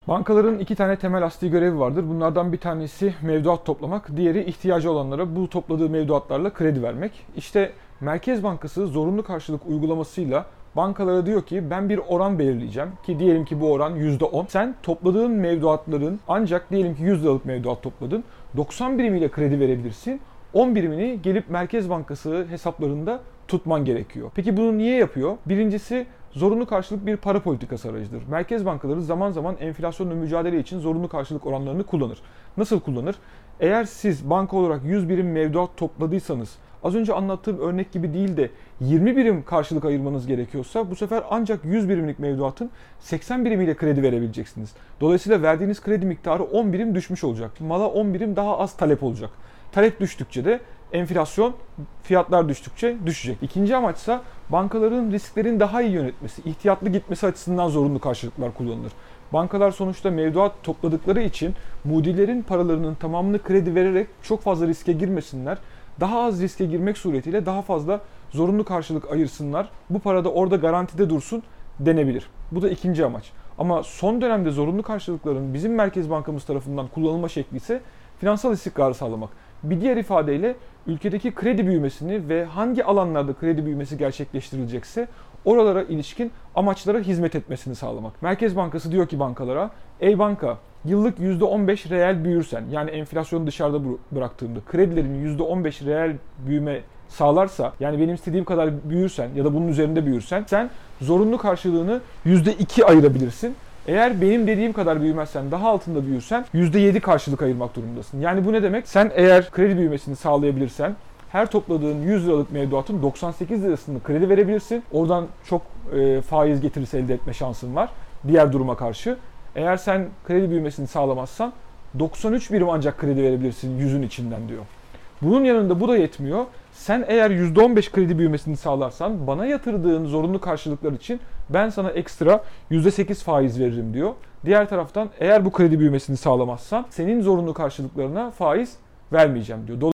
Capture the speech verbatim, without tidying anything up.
Bankaların iki tane temel asli görevi vardır. Bunlardan bir tanesi mevduat toplamak, diğeri ihtiyacı olanlara bu topladığı mevduatlarla kredi vermek. İşte Merkez Bankası zorunlu karşılık uygulamasıyla bankalara diyor ki ben bir oran belirleyeceğim ki diyelim ki bu oran yüzde on. Sen topladığın mevduatların ancak diyelim ki yüz liralık mevduat topladın. doksan birimiyle kredi verebilirsin. on birimini gelip Merkez Bankası hesaplarında tutman gerekiyor. Peki bunu niye yapıyor? Birincisi zorunlu karşılık bir para politikası aracıdır. Merkez bankaları zaman zaman enflasyonla mücadele için zorunlu karşılık oranlarını kullanır. Nasıl kullanır? Eğer siz banka olarak yüz birim mevduat topladıysanız, az önce anlattığım örnek gibi değil de yirmi birim karşılık ayırmanız gerekiyorsa bu sefer ancak yüz birimlik mevduatın seksen birimiyle kredi verebileceksiniz. Dolayısıyla verdiğiniz kredi miktarı on birim düşmüş olacak. Mala on birim daha az talep olacak. Talep düştükçe de enflasyon, fiyatlar düştükçe düşecek. İkinci amaçsa bankaların risklerin daha iyi yönetmesi, ihtiyatlı gitmesi açısından zorunlu karşılıklar kullanılır. Bankalar sonuçta mevduat topladıkları için mudilerin paralarının tamamını kredi vererek çok fazla riske girmesinler. Daha az riske girmek suretiyle daha fazla zorunlu karşılık ayırsınlar. Bu para da orada garantide dursun denebilir. Bu da ikinci amaç. Ama son dönemde zorunlu karşılıkların bizim Merkez Bankamız tarafından kullanılma şekli ise finansal istikrarı sağlamak. Bir diğer ifadeyle ülkedeki kredi büyümesini ve hangi alanlarda kredi büyümesi gerçekleştirilecekse oralara ilişkin amaçlara hizmet etmesini sağlamak. Merkez Bankası diyor ki bankalara, ey banka yıllık yüzde on beş reel büyürsen, yani enflasyonu dışarıda bıraktığımda kredilerin yüzde on beş reel büyüme sağlarsa, yani benim istediğim kadar büyürsen ya da bunun üzerinde büyürsen, sen zorunlu karşılığını yüzde iki ayırabilirsin. Eğer benim dediğim kadar büyümezsen, daha altında büyürsen yüzde yedi karşılık ayırmak durumundasın. Yani bu ne demek? Sen eğer kredi büyümesini sağlayabilirsen her topladığın yüz liralık mevduatın doksan sekiz lirasını kredi verebilirsin. Oradan çok e, faiz getirisi elde etme şansın var diğer duruma karşı. Eğer sen kredi büyümesini sağlamazsan doksan üç birim ancak kredi verebilirsin yüzün içinden diyor. Bunun yanında bu da yetmiyor. Sen eğer yüzde on beş kredi büyümesini sağlarsan bana yatırdığın zorunlu karşılıklar için ben sana ekstra yüzde sekiz faiz veririm diyor. Diğer taraftan eğer bu kredi büyümesini sağlamazsan senin zorunlu karşılıklarına faiz vermeyeceğim diyor.